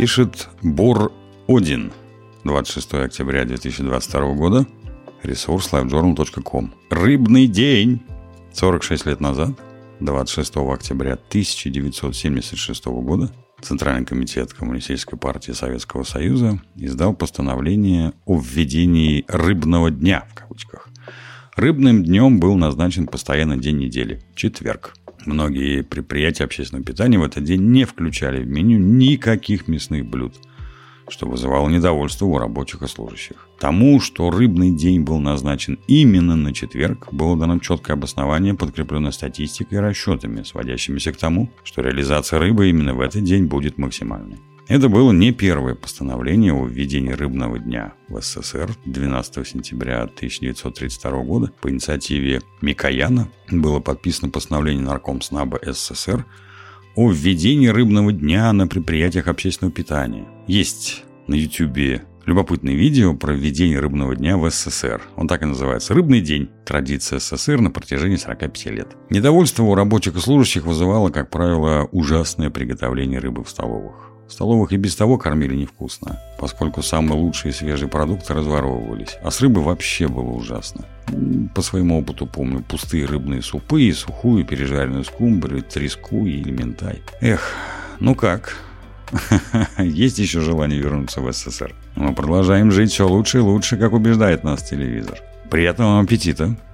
Пишет Бур-Один. 26 октября 2022 года. Ресурс livejournal.com. Рыбный день. 46 лет назад, 26 октября 1976 года, Центральный комитет Коммунистической партии Советского Союза издал постановление о введении «рыбного дня» в кавычках. Рыбным днем был назначен постоянный день недели – четверг. Многие предприятия общественного питания в этот день не включали в меню никаких мясных блюд, что вызывало недовольство у рабочих и служащих. Тому, что рыбный день был назначен именно на четверг, было дано четкое обоснование, подкрепленное статистикой и расчетами, сводящимися к тому, что реализация рыбы именно в этот день будет максимальной. Это было не первое постановление о введении рыбного дня в СССР. 12 сентября 1932 года по инициативе Микояна было подписано постановление Наркомснаба СССР о введении рыбного дня на предприятиях общественного питания. Есть на YouTube любопытное видео про введение рыбного дня в СССР. Он так и называется «Рыбный день. Традиция СССР на протяжении 45 лет». Недовольство у рабочих и служащих вызывало, как правило, ужасное приготовление рыбы в столовых. В столовых и без того кормили невкусно, поскольку самые лучшие и свежие продукты разворовывались. А с рыбой вообще было ужасно. По своему опыту помню пустые рыбные супы и сухую пережаренную скумбрию, треску и минтай. Эх, ну как? Есть еще желание вернуться в СССР? Мы продолжаем жить все лучше и лучше, как убеждает нас телевизор. Приятного вам аппетита!